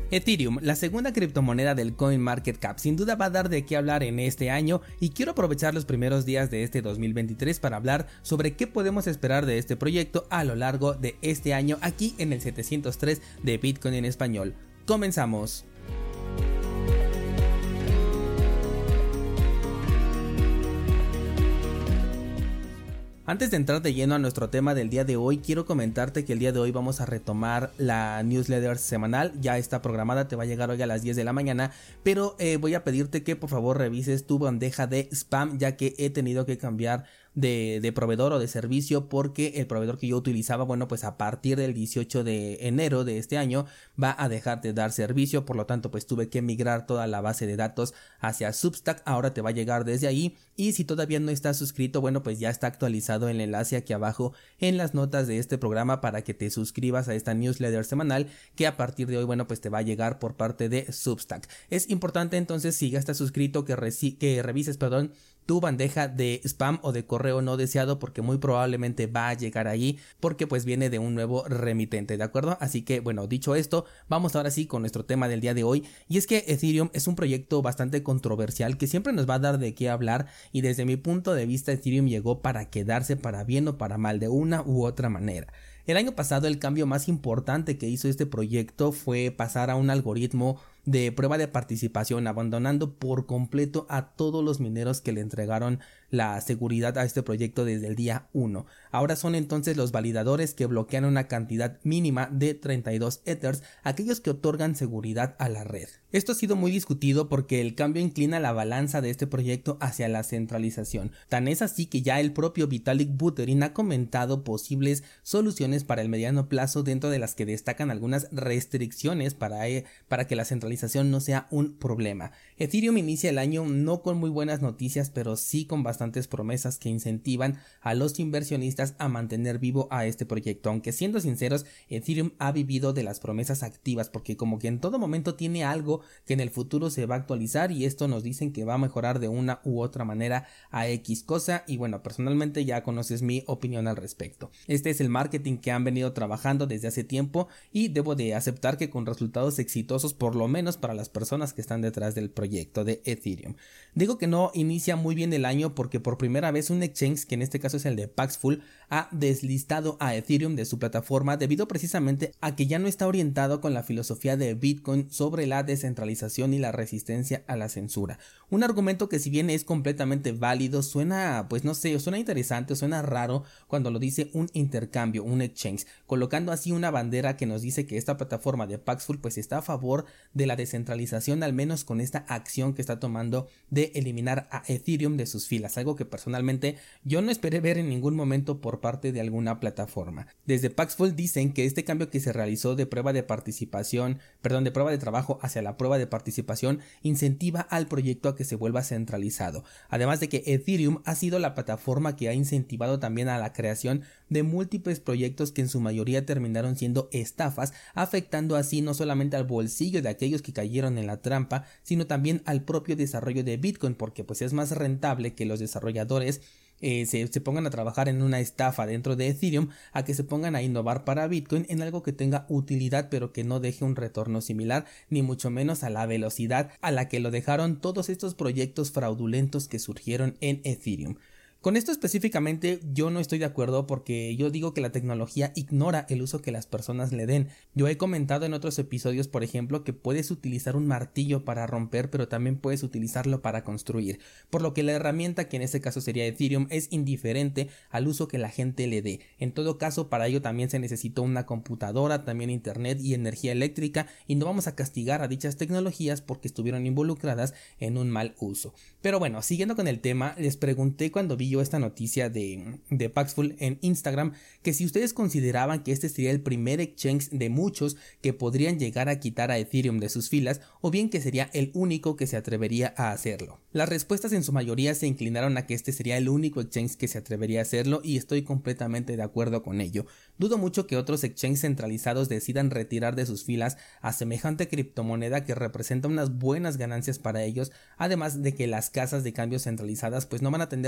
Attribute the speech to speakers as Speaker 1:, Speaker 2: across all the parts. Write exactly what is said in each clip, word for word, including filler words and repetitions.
Speaker 1: Ethereum, la segunda criptomoneda del CoinMarketCap, sin duda va a dar de qué hablar en este año y quiero aprovechar los primeros días de este dos mil veintitrés para hablar sobre qué podemos esperar de este proyecto a lo largo de este año aquí en el setecientos tres de Bitcoin en español. Comenzamos. Antes de entrar de lleno a nuestro tema del día de hoy, quiero comentarte que el día de hoy vamos a retomar la newsletter semanal. Ya está programada, te va a llegar hoy a las diez de la mañana, pero eh, voy a pedirte que por favor revises tu bandeja de spam, ya que he tenido que cambiar de, de proveedor o de servicio porque el proveedor que yo utilizaba, bueno, pues a partir del dieciocho de enero de este año va a dejar de dar servicio, por lo tanto pues tuve que migrar toda la base de datos hacia Substack. Ahora te va a llegar desde ahí, y si todavía no estás suscrito, bueno, pues ya está actualizado el enlace aquí abajo en las notas de este programa para que te suscribas a esta newsletter semanal que a partir de hoy, bueno, pues te va a llegar por parte de Substack. Es importante entonces, si ya estás suscrito, que, que revises, perdón, tu bandeja de spam o de correo no deseado, porque muy probablemente va a llegar ahí porque pues viene de un nuevo remitente, ¿de acuerdo? Así que bueno, dicho esto, vamos ahora sí con nuestro tema del día de hoy, y es que Ethereum es un proyecto bastante controversial que siempre nos va a dar de qué hablar, y desde mi punto de vista Ethereum llegó para quedarse, para bien o para mal, de una u otra manera. El año pasado el cambio más importante que hizo este proyecto fue pasar a un algoritmo de prueba de participación, abandonando por completo a todos los mineros que le entregaron la seguridad a este proyecto desde el día uno. Ahora son entonces los validadores que bloquean una cantidad mínima de treinta y dos ethers, aquellos que otorgan seguridad a la red. Esto ha sido muy discutido porque el cambio inclina la balanza de este proyecto hacia la centralización. Tan es así que ya el propio Vitalik Buterin ha comentado posibles soluciones para el mediano plazo, dentro de las que destacan algunas restricciones para, para que la centralización no sea un problema. Ethereum inicia el año no con muy buenas noticias, pero sí con bastantes promesas que incentivan a los inversionistas a mantener vivo a este proyecto, aunque siendo sinceros, Ethereum ha vivido de las promesas activas, porque como que en todo momento tiene algo que en el futuro se va a actualizar, y esto nos dicen que va a mejorar de una u otra manera a X cosa, y bueno, personalmente ya conoces mi opinión al respecto. Este es el marketing que han venido trabajando desde hace tiempo, y debo de aceptar que con resultados exitosos, por lo menos para las personas que están detrás del proyecto de Ethereum. Digo que no inicia muy bien el año porque por primera vez un exchange, que en este caso es el de Paxful, ha deslistado a Ethereum de su plataforma debido precisamente a que ya no está orientado con la filosofía de Bitcoin sobre la descentralización y la resistencia a la censura. Un argumento que, si bien es completamente válido, suena, pues no sé, suena interesante, suena raro cuando lo dice un intercambio, un exchange, colocando así una bandera que nos dice que esta plataforma de Paxful pues está a favor de la descentralización, al menos con esta acción que está tomando de eliminar a Ethereum de sus filas, algo que personalmente yo no esperé ver en ningún momento por parte de alguna plataforma. Desde Paxful dicen que este cambio que se realizó de prueba de participación, perdón, de prueba de trabajo hacia la prueba de participación incentiva al proyecto a que se vuelva centralizado, además de que Ethereum ha sido la plataforma que ha incentivado también a la creación de múltiples proyectos que en su mayoría terminaron siendo estafas, afectando así no solamente al bolsillo de aquellos que cayeron en la trampa, sino también al propio desarrollo de Bitcoin, porque pues es más rentable que los desarrolladores Eh, se, se pongan a trabajar en una estafa dentro de Ethereum a que se pongan a innovar para Bitcoin en algo que tenga utilidad pero que no deje un retorno similar, ni mucho menos a la velocidad a la que lo dejaron todos estos proyectos fraudulentos que surgieron en Ethereum. Con esto específicamente yo no estoy de acuerdo, porque yo digo que la tecnología ignora el uso que las personas le den. Yo he comentado en otros episodios, por ejemplo, que puedes utilizar un martillo para romper, pero también puedes utilizarlo para construir, por lo que la herramienta, que en este caso sería Ethereum, es indiferente al uso que la gente le dé. En todo caso, para ello también se necesitó una computadora, también internet y energía eléctrica, y no vamos a castigar a dichas tecnologías porque estuvieron involucradas en un mal uso. Pero bueno, siguiendo con el tema, les pregunté cuando vi yo esta noticia de, de Paxful en Instagram, que si ustedes consideraban que este sería el primer exchange de muchos que podrían llegar a quitar a Ethereum de sus filas, o bien que sería el único que se atrevería a hacerlo. Las respuestas en su mayoría se inclinaron a que este sería el único exchange que se atrevería a hacerlo, y estoy completamente de acuerdo con ello. Dudo mucho que otros exchanges centralizados decidan retirar de sus filas a semejante criptomoneda que representa unas buenas ganancias para ellos, además de que las casas de cambio centralizadas pues no van a tener ningún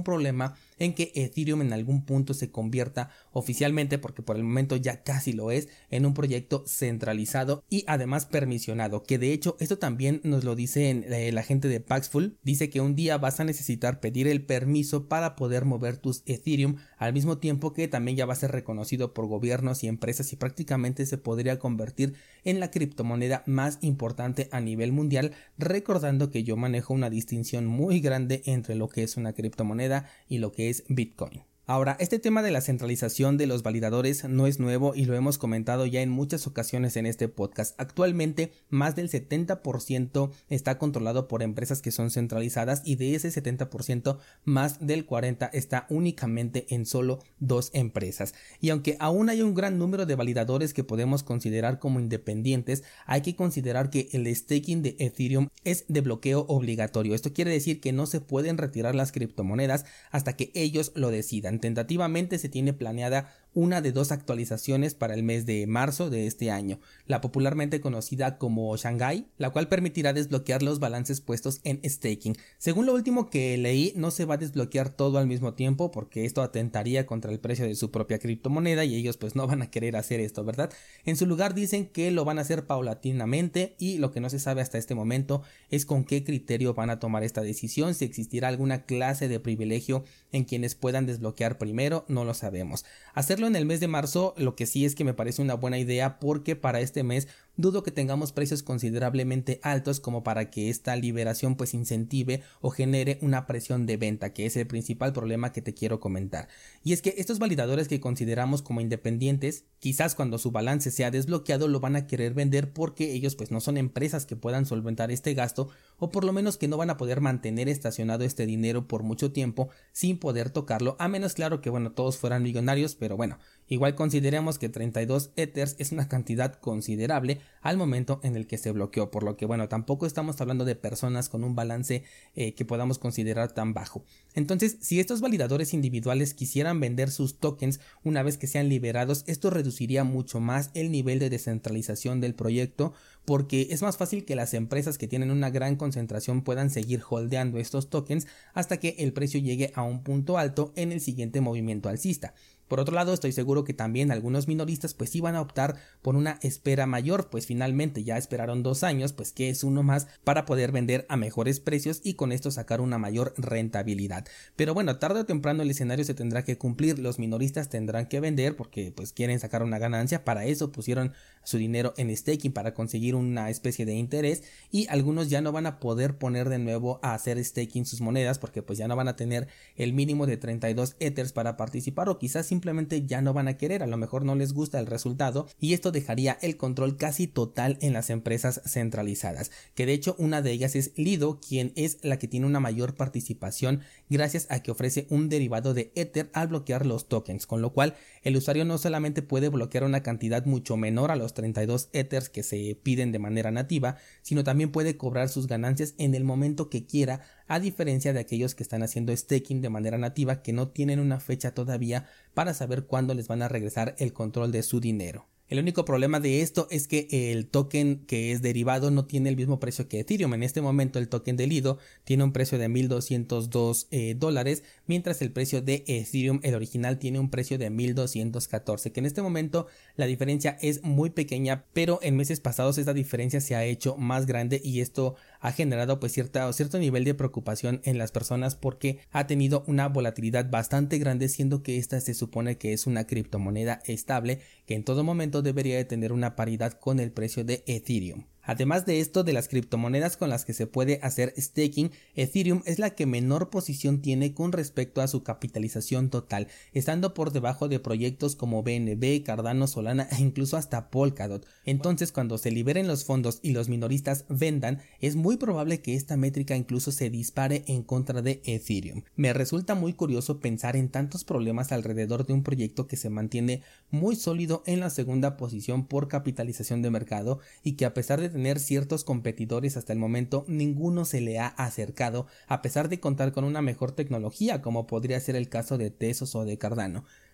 Speaker 1: problema en que Ethereum en algún punto se convierta oficialmente, porque por el momento ya casi lo es, en un proyecto centralizado y además permisionado, que de hecho esto también nos lo dice en, eh, la gente de Paxful. Dice que un día vas a necesitar pedir el permiso para poder mover tus Ethereum, al mismo tiempo que también ya va a ser reconocido por gobiernos y empresas y prácticamente se podría convertir en la criptomoneda más importante a nivel mundial, recordando que yo manejo una distinción muy grande entre lo que es una criptomoneda y lo que es Bitcoin. Ahora, este tema de la centralización de los validadores no es nuevo y lo hemos comentado ya en muchas ocasiones en este podcast. Actualmente, más del setenta por ciento está controlado por empresas que son centralizadas y de ese setenta por ciento, más del cuarenta por ciento está únicamente en solo dos empresas. Y aunque aún hay un gran número de validadores que podemos considerar como independientes, hay que considerar que el staking de Ethereum es de bloqueo obligatorio. Esto quiere decir que no se pueden retirar las criptomonedas hasta que ellos lo decidan. Tentativamente se tiene planeada una de dos actualizaciones para el mes de marzo de este año, la popularmente conocida como Shanghai, la cual permitirá desbloquear los balances puestos en staking. Según lo último que leí, no se va a desbloquear todo al mismo tiempo porque esto atentaría contra el precio de su propia criptomoneda y ellos pues no van a querer hacer esto, ¿verdad? En su lugar dicen que lo van a hacer paulatinamente y lo que no se sabe hasta este momento es con qué criterio van a tomar esta decisión, si existirá alguna clase de privilegio en quienes puedan desbloquear primero, no lo sabemos. Hacerlo en el mes de marzo, lo que sí es que me parece una buena idea porque para este mes dudo que tengamos precios considerablemente altos como para que esta liberación pues incentive o genere una presión de venta, que es el principal problema que te quiero comentar. Y es que estos validadores que consideramos como independientes, quizás cuando su balance sea desbloqueado lo van a querer vender porque ellos pues no son empresas que puedan solventar este gasto, o por lo menos que no van a poder mantener estacionado este dinero por mucho tiempo sin poder tocarlo, a menos claro que bueno todos fueran millonarios, pero bueno, igual consideremos que treinta y dos Ethers es una cantidad considerable al momento en el que se bloqueó, por lo que bueno, tampoco estamos hablando de personas con un balance eh, que podamos considerar tan bajo. Entonces, si estos validadores individuales quisieran vender sus tokens una vez que sean liberados, esto reduciría mucho más el nivel de descentralización del proyecto, porque es más fácil que las empresas que tienen una gran concentración puedan seguir holdeando estos tokens hasta que el precio llegue a un punto alto en el siguiente movimiento alcista. Por otro lado, estoy seguro que también algunos minoristas pues iban a optar por una espera mayor, pues finalmente ya esperaron dos años, pues que es uno más para poder vender a mejores precios y con esto sacar una mayor rentabilidad. Pero bueno, tarde o temprano el escenario se tendrá que cumplir, los minoristas tendrán que vender porque pues quieren sacar una ganancia, para eso pusieron su dinero en staking para conseguir una especie de interés, y algunos ya no van a poder poner de nuevo a hacer staking sus monedas porque pues ya no van a tener el mínimo de treinta y dos Ethers para participar, o quizás simplemente ya no van a querer, a lo mejor no les gusta el resultado, y esto dejaría el control casi total en las empresas centralizadas, que de hecho una de ellas es Lido, quien es la que tiene una mayor participación gracias a que ofrece un derivado de Ether al bloquear los tokens, con lo cual el usuario no solamente puede bloquear una cantidad mucho menor a los treinta y dos Ethers que se piden de manera nativa, sino también puede cobrar sus ganancias en el momento que quiera, a diferencia de aquellos que están haciendo staking de manera nativa que no tienen una fecha todavía para saber cuándo les van a regresar el control de su dinero. El único problema de esto es que el token que es derivado no tiene el mismo precio que Ethereum. En este momento el token de Lido tiene un precio de mil doscientos dos eh, dólares, mientras el precio de Ethereum, el original, tiene un precio de mil doscientos catorce, que en este momento la diferencia es muy pequeña, pero en meses pasados esta diferencia se ha hecho más grande y esto ha generado pues cierta, cierto nivel de preocupación en las personas porque ha tenido una volatilidad bastante grande, siendo que esta se supone que es una criptomoneda estable que en todo momento debería de tener una paridad con el precio de Ethereum. Además de esto, de las criptomonedas con las que se puede hacer staking, Ethereum es la que menor posición tiene con respecto a su capitalización total, estando por debajo de proyectos como B N B, Cardano, Solana e incluso hasta Polkadot. Entonces, cuando se liberen los fondos y los minoristas vendan, es muy probable que esta métrica incluso se dispare en contra de Ethereum. Me resulta muy curioso pensar en tantos problemas alrededor de un proyecto que se mantiene muy sólido en la segunda posición por capitalización de mercado y que, a pesar de tener ciertos competidores, hasta el momento ninguno se le ha acercado, a pesar de contar con una mejor tecnología, como podría ser el caso de Tezos o de Cardano.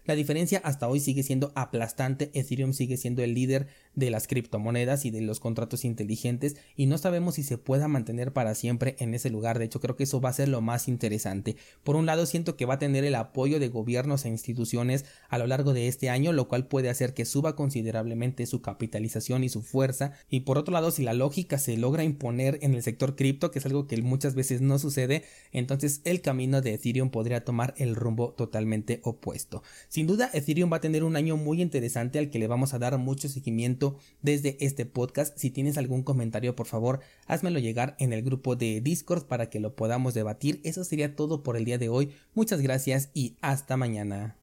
Speaker 1: La diferencia hasta hoy sigue siendo aplastante. Ethereum sigue siendo el líder de las criptomonedas y de los contratos inteligentes y no sabemos si se pueda mantener para siempre en ese lugar. De hecho, creo que eso va a ser lo más interesante. Por un lado, siento que va a tener el apoyo de gobiernos e instituciones a lo largo de este año, lo cual puede hacer que suba considerablemente su capitalización y su fuerza. Y por otro lado, si la lógica se logra imponer en el sector cripto, que es algo que muchas veces no sucede, entonces el camino de Ethereum podría tomar el rumbo totalmente opuesto. Sin duda, Ethereum va a tener un año muy interesante al que le vamos a dar mucho seguimiento desde este podcast. Si tienes algún comentario, por favor, házmelo llegar en el grupo de Discord para que lo podamos debatir. Eso sería todo por el día de hoy. Muchas gracias y hasta mañana.